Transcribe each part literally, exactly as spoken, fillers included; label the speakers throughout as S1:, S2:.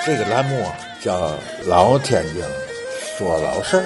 S1: 这个栏目啊叫老天津说老事儿。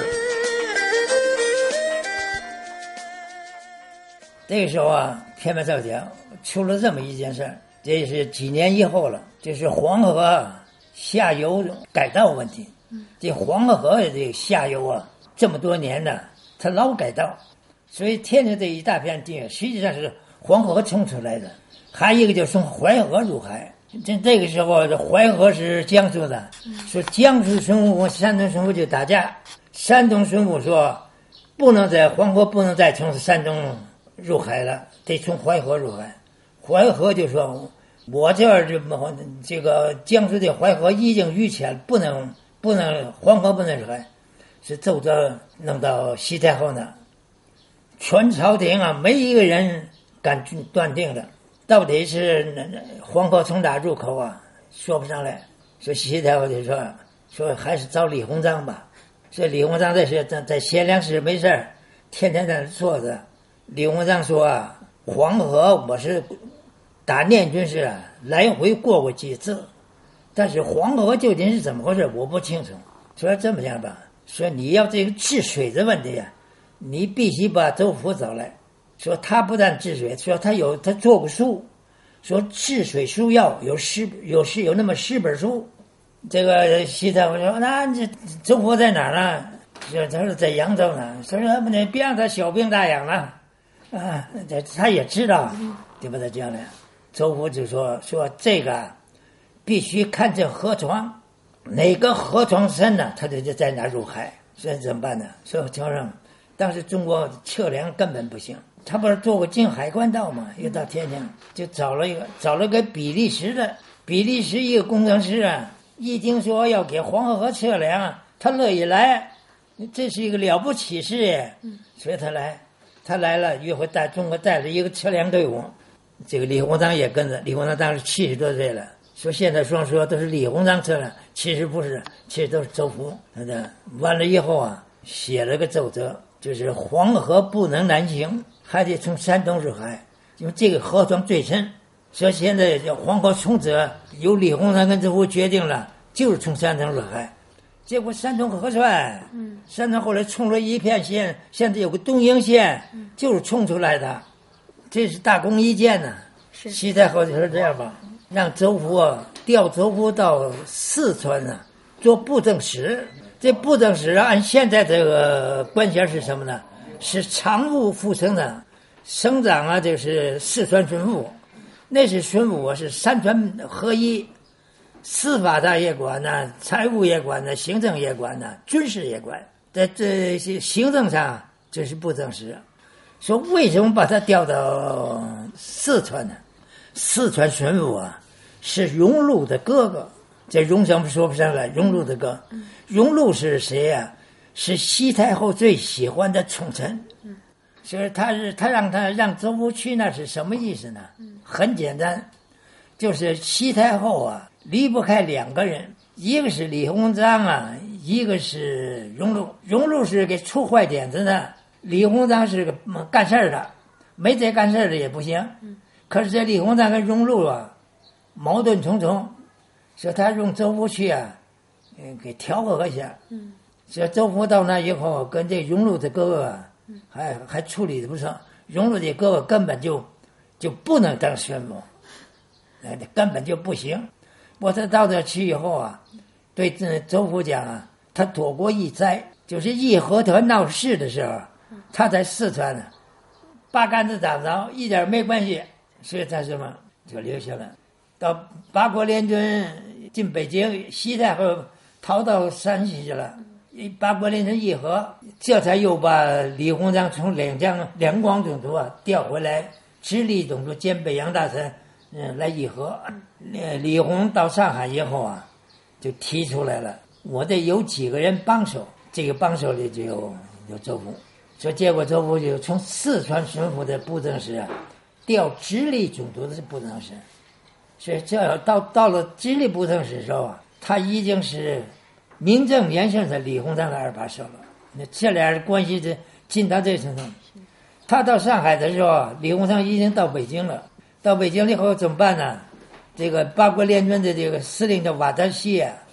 S2: 这个时候啊，天门造桥出了这么一件事儿，这是几年以后了，就是黄河下游改道问题。这黄河的这个下游啊，这么多年呢，它老改道，所以天津这一大片地实际上是黄河冲出来的。还有一个就是从淮河入海，这这个时候这淮河是江苏的，说江苏巡抚和山东巡抚就打架，山东巡抚说不能在黄河不能再从山东入海了，得从淮河入海。淮河就说我这儿这这个江苏的淮河已经淤浅，不能不能黄河不能入海，是奏折弄到西太后那，全朝廷啊没一个人敢断定的，到底是黄河从哪入口啊，说不上来。说西太后就说说还是找李鸿章吧。说李鸿章这是在在贤良市没事儿，天天在那坐着。李鸿章说啊，黄河我是打念军时啊来回过过几次，但是黄河究竟是怎么回事我不清楚。说这么样吧，说你要这个治水的问题啊，你必须把周福找来。说他不但治水，说他有他做过书，说治水书要有十有十有那么十本书。这个西太后说那这周福在哪儿呢？说他说在扬州呢。说不能别让他小病大养了啊，这他也知道，对不对？这样的周福就说说这个必须看这河床，哪个河床深呢，他就在哪入海。说怎么办呢？说桥上当时中国测量根本不行，他不是做过进海关道吗？又到天津就找了一个找了个比利时的比利时一个工程师啊，一听说要给黄河测量，他乐意来，这是一个了不起事业，所以他来。他来了，一会带中国带了一个测量队伍，这个李鸿章也跟着。李鸿章当时七十多岁了，说现在说说都是李鸿章测量，其实不是，其实都是周福。完了以后啊，写了个奏折，就是黄河不能南行，还得从山东入海，因为这个河床最深。说现在黄河冲则由李鸿章跟周福决定了，就是从山东入海。结果山东河川，嗯，山东后来冲了一片线，现在有个东营线，嗯，就是冲出来的，这是大功一件呢、啊。是西太后就说这样吧，让周福啊调周福到四川呢、啊、做布政使。这布政使按现在这个官衔是什么呢？是常务副省的，省长啊就是四川巡抚，那是巡抚啊是三川合一。司法他也管呢，财务也管呢，行政也管呢，军事也管。在这些行政上，这是布政使。说为什么把他调到四川呢？四川巡抚啊，是荣禄的哥哥。这荣什么说不上来，荣禄的哥。荣禄是谁呀、啊？是西太后最喜欢的宠臣。所以他是他让他让周福去那是什么意思呢？很简单，就是西太后啊。离不开两个人，一个是李鸿章啊，一个是荣禄。荣禄是给出坏点子的，李鸿章是个干事的，没这干事的也不行。可是这李鸿章跟荣禄啊，矛盾重重，说他用周福去啊，嗯，给调和一下。嗯，说周福到那以后，跟这荣禄的哥哥啊，还还处理的不错。荣禄的哥哥根本就就不能当巡抚，哎，根本就不行。我他到这去以后啊，对周福讲啊，他躲过一灾，就是义和团闹事的时候，他在四川呢，八竿子打不着，一点没关系，所以他什么就留下了。到八国联军进北京，西太后逃到山西去了，八国联军议和，这才又把李鸿章从两江两广总督啊调回来，直隶总督兼北洋大臣。嗯，来议和。李鸿到上海以后啊，就提出来了，我得有几个人帮手。这个帮手里就有有周福。所以结果周福就从四川巡抚的布政使啊，调直隶总督的布政使。所以这到到了直隶布政使的时候啊，他已经是名正言顺的李鸿章的二把手了。那这俩人关系就近到这程度。他到上海的时候，李鸿章已经到北京了。到北京以后怎么办呢？这个八国联军的这个司令叫瓦德西啊，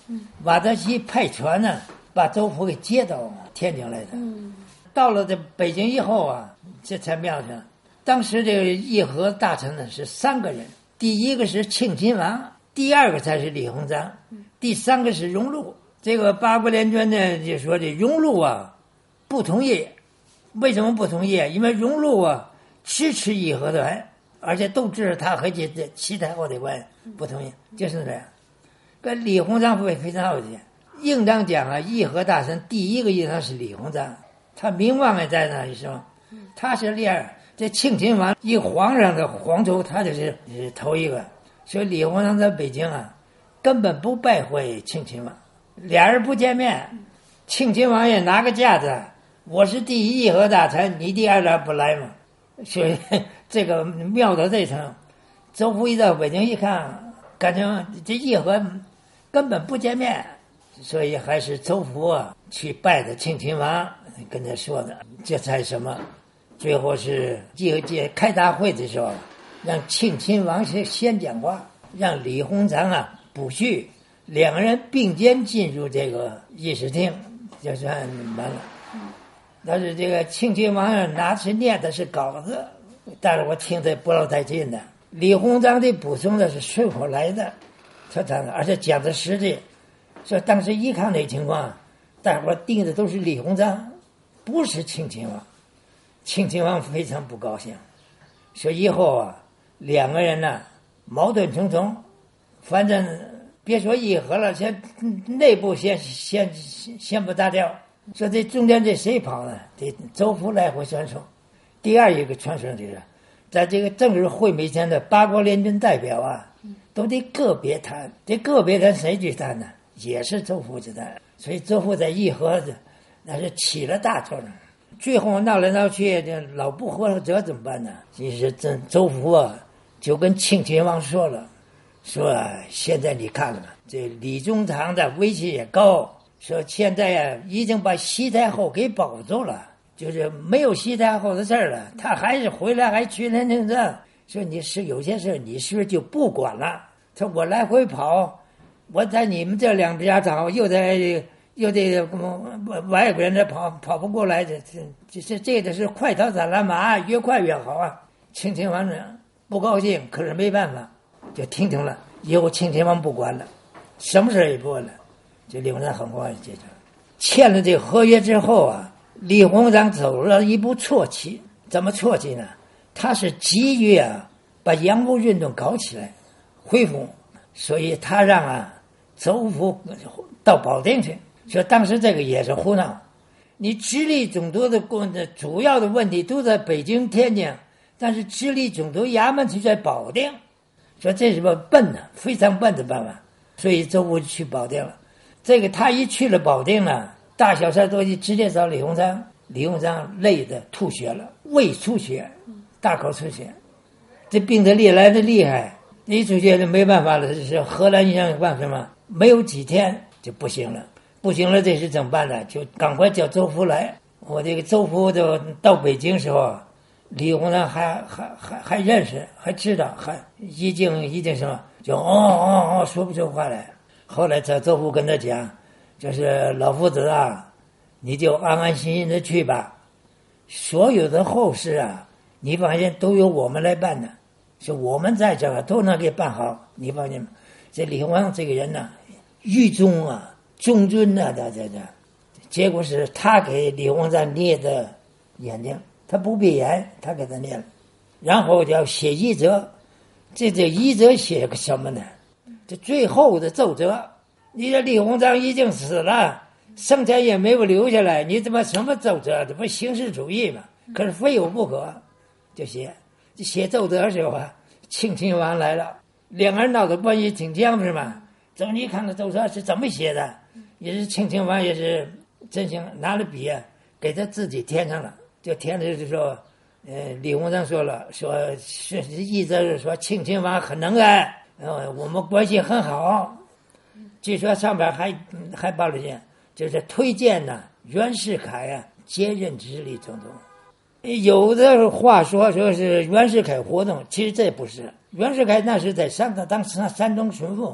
S2: 瓦德西派船呢，把周福给接到天津来的。
S3: 嗯，
S2: 到了这北京以后啊，这才妙上。当时这个议和大臣呢是三个人，第一个是庆亲王，第二个才是李鸿章，第三个是荣禄。这个八国联军呢就说这荣禄啊不同意，为什么不同意？因为荣禄啊支持议和团，而且都知道他和这齐太后的关系，不同意，就是这样。跟李鸿章会非常好些。应当讲啊，议和大臣第一个应当是李鸿章，他名望也在那里是吧？他是第二。这庆亲王一皇上的皇族，他就是是头一个。所以李鸿章在北京啊，根本不拜会庆亲王，俩人不见面。庆亲王也拿个架子，我是第一议和大臣，你第二点不来嘛？所以这个妙到这层。周福一到北京一看，感觉这议和根本不见面，所以还是周福啊去拜的庆亲王，跟他说的，这才什么。最后是议和界开大会的时候，让庆亲王先先讲话，让李鸿章啊补叙，两个人并肩进入这个议事厅，就算完了。但是这个庆亲王拿去念的是稿子，但是我听得不老带劲的。李鸿章的补充的是顺口来的，他讲的，而且讲的实际。所以当时一看这情况，大伙定的都是李鸿章，不是庆亲王。庆亲王非常不高兴，说以后啊，两个人呢、啊、矛盾重重，反正别说议和了，先内部先先先不打掉。说这中间这谁跑呢？得周福来回传授。第二一个传授就是，在这个正式会面前的八国联军代表啊，都得个别谈。这个别谈谁去谈呢？也是周福去谈。所以周福在议和那是起了大作用。最后闹来闹去，这老不和这怎么办呢？其实这周福啊，就跟庆亲王说了，说、啊、现在你看看，这李中堂的威气也高，说现在呀、啊、已经把西太后给保住了，就是没有西太后的事儿了，他还是回来还去年听政。说你是有些事你是不是就不管了？他说我来回跑，我在你们这两边找，又在。又得外国人这跑跑不过来，这这这这个是快刀斩乱麻，越快越好啊！庆亲王不高兴，可是没办法，就听听了。以后庆亲王不管了，什么事也不问了，就李鸿章很快解决了。签了这个合约之后啊，李鸿章走了一步错棋。怎么错棋呢？他是急于啊把洋务运动搞起来，恢复，所以他让啊周福到保定去。说当时这个也是胡闹，你直隶总督的主要的问题都在北京、天津，但是直隶总督衙门就在保定，说这是个笨的，非常笨的办法。所以周福去保定了。这个他一去了保定呢，大小事都直接找李鸿章，李鸿章累得吐血了，胃出血，大口出血，这病得厉来的厉害，一出血就没办法了。是荷兰医生办什么？没有几天就不行了。不行了，这是怎么办呢？就赶快叫周福来。我这个周福就到北京时候，李鸿章还还还还认识，还知道，还已经已经什么，就哦哦哦说不出话来。后来这周福跟他讲，就是老夫子啊，你就安安心心的去吧，所有的后事啊，你放心，都由我们来办的，是我们在这儿都能给办好，你放心吧。这李鸿章这个人呢、啊，狱中啊。忠尊啊，这这这，结果是他给李鸿章捏的眼睛，他不闭眼，他给他捏了，然后就要写遗折，这这遗折写个什么呢？这最后的奏折，你这李鸿章已经死了，剩下也没有留下来，你怎么什么奏折？这不形式主义嘛？可是非有不可，就写，这写奏折的时候啊，庆亲王来了，两个人闹的关系挺僵是吗？等你看看奏折是怎么写的。也是庆亲王也是真行，拿了笔啊，给他自己填上了，就填的就说，呃，李鸿章说了，说是意思是说庆亲王很能干，呃，我们关系很好。据说上边还还报了件，就是推荐呢袁世凯啊接任直隶总督。有的话说说是袁世凯活动，其实这不是，袁世凯那是在山东当山东巡抚。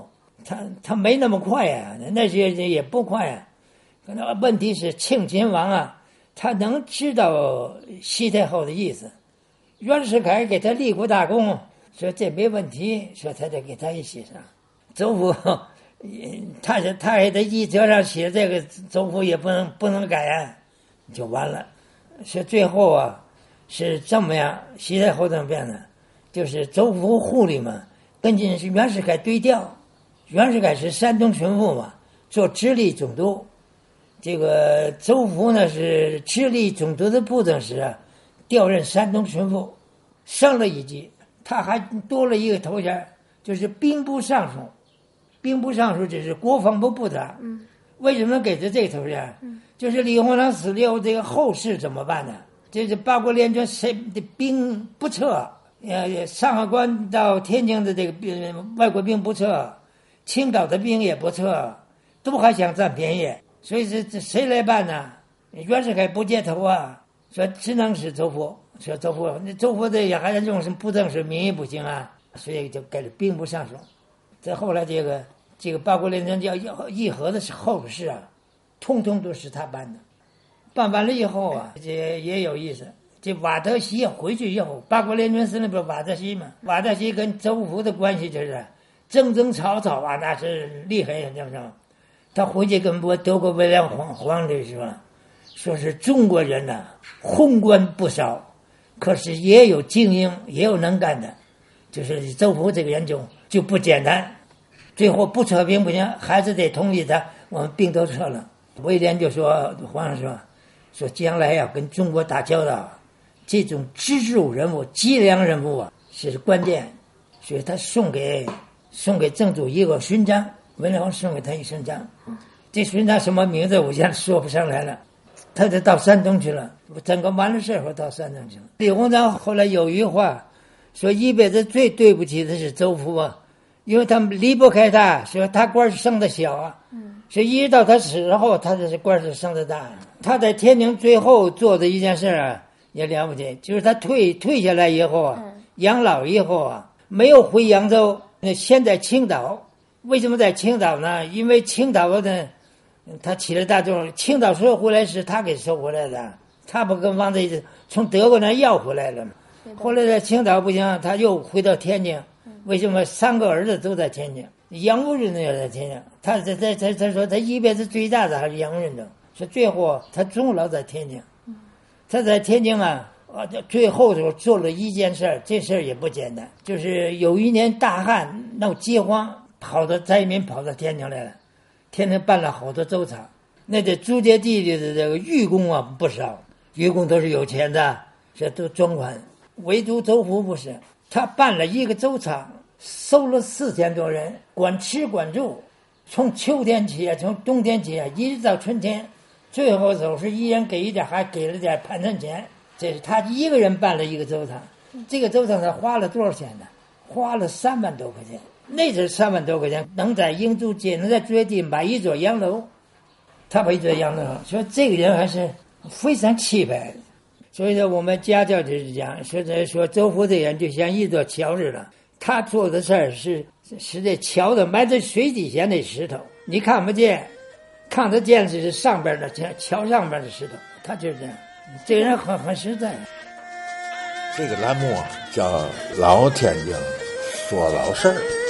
S2: 他他没那么快呀、啊，那些人也不快呀、啊。可能问题是庆亲王啊，他能知道西太后的意思。袁世凯给他立过大功，说这没问题，说他得给他一写上。周福，他是他还得一折上写这个，周福也不能不能改啊，就完了。说最后啊，是这么样，西太后怎么变呢？就是周福护理嘛，跟进是袁世凯对调。袁世凯是山东巡抚嘛，做直隶总督。这个周福呢是直隶总督的部政使啊，调任山东巡抚，升了一级，他还多了一个头衔，就是兵部尚书。兵部尚书就是国防部部长。
S3: 嗯，
S2: 为什么给他这个头衔？嗯，就是李鸿章死了后，这个后事怎么办呢？这是八国联军谁的兵不撤，呃，上海关到天津的这个兵外国兵不撤，青岛的兵也不撤，都还想占便宜，所以这这谁来办呢？袁世凯不接头啊，说只能是周福，说周福，那周福这也还是用什么部政使名义不行啊，所以就改了兵部尚书。再后来这个这个八国联军要议和的后事啊，通通都是他办的。办完了以后啊，这也有意思。这瓦德西回去以后，八国联军司令不是瓦德西嘛？瓦德西跟周福的关系就是争争吵吵啊，那是厉害呀，知道吗？他回去跟我德国威廉皇皇帝是吧？说是中国人呐、啊，宏观不少，可是也有精英，也有能干的。就是周福这个人就就不简单，最后不撤兵不行，还是得同意他，我们兵都撤了。威廉就说，皇上说，说将来要跟中国打交道，这种支柱人物、脊梁人物啊是关键，所以他送给送给郑祖一个勋章，文良送给他一勋章。这勋章什么名字我现在说不上来了，他就到山东去了，整个完了事后到山东去了。李鸿章后来有一句话说，一辈子最对不起的是周福啊，因为他们离不开他，说他官升的小啊，所以一直到他死后，他这官是升的大。他在天津最后做的一件事啊也了不起，就是他退退下来以后啊，养老以后啊，没有回扬州，先在青岛。为什么在青岛呢？因为青岛呢，他起了大作用。青岛收回来是他给收回来的，他不跟王子从德国那要回来了吗？后来在青岛不行，他又回到天津。为什么三个儿子都在天津？杨无润也在天津。他他他他他说他一辈子最大的还是杨无润的，说最后他终老在天津。他在天津啊啊，最后的时候做了一件事，这事儿也不简单，就是有一年大旱闹饥荒，跑到灾民跑到天津来了，天津办了好多粥厂，那这租界地里的这个渔工啊不少，渔工都是有钱的，这都专款。唯独周福不是，他办了一个粥厂，收了四千多人，管吃管住，从秋天起啊，从冬天起啊，一直到春天，最后都是一人给一点，还给了点盘缠钱。这是他一个人办了一个粥厂，这个粥厂他花了多少钱呢？花了三万多块钱。那是三万多块钱，能在英租界，能在租界地买一座洋楼。他把一座洋楼，说这个人还是非常气派的。所以说，我们家教就是讲，说这说周福这人就像一座桥似的，他做的事儿是是这桥的埋在水底下那石头，你看不见，看得见是上边的桥上边的石头，他就是这样。这个人很很实在。
S1: 这个栏目啊，叫老天津说老事儿。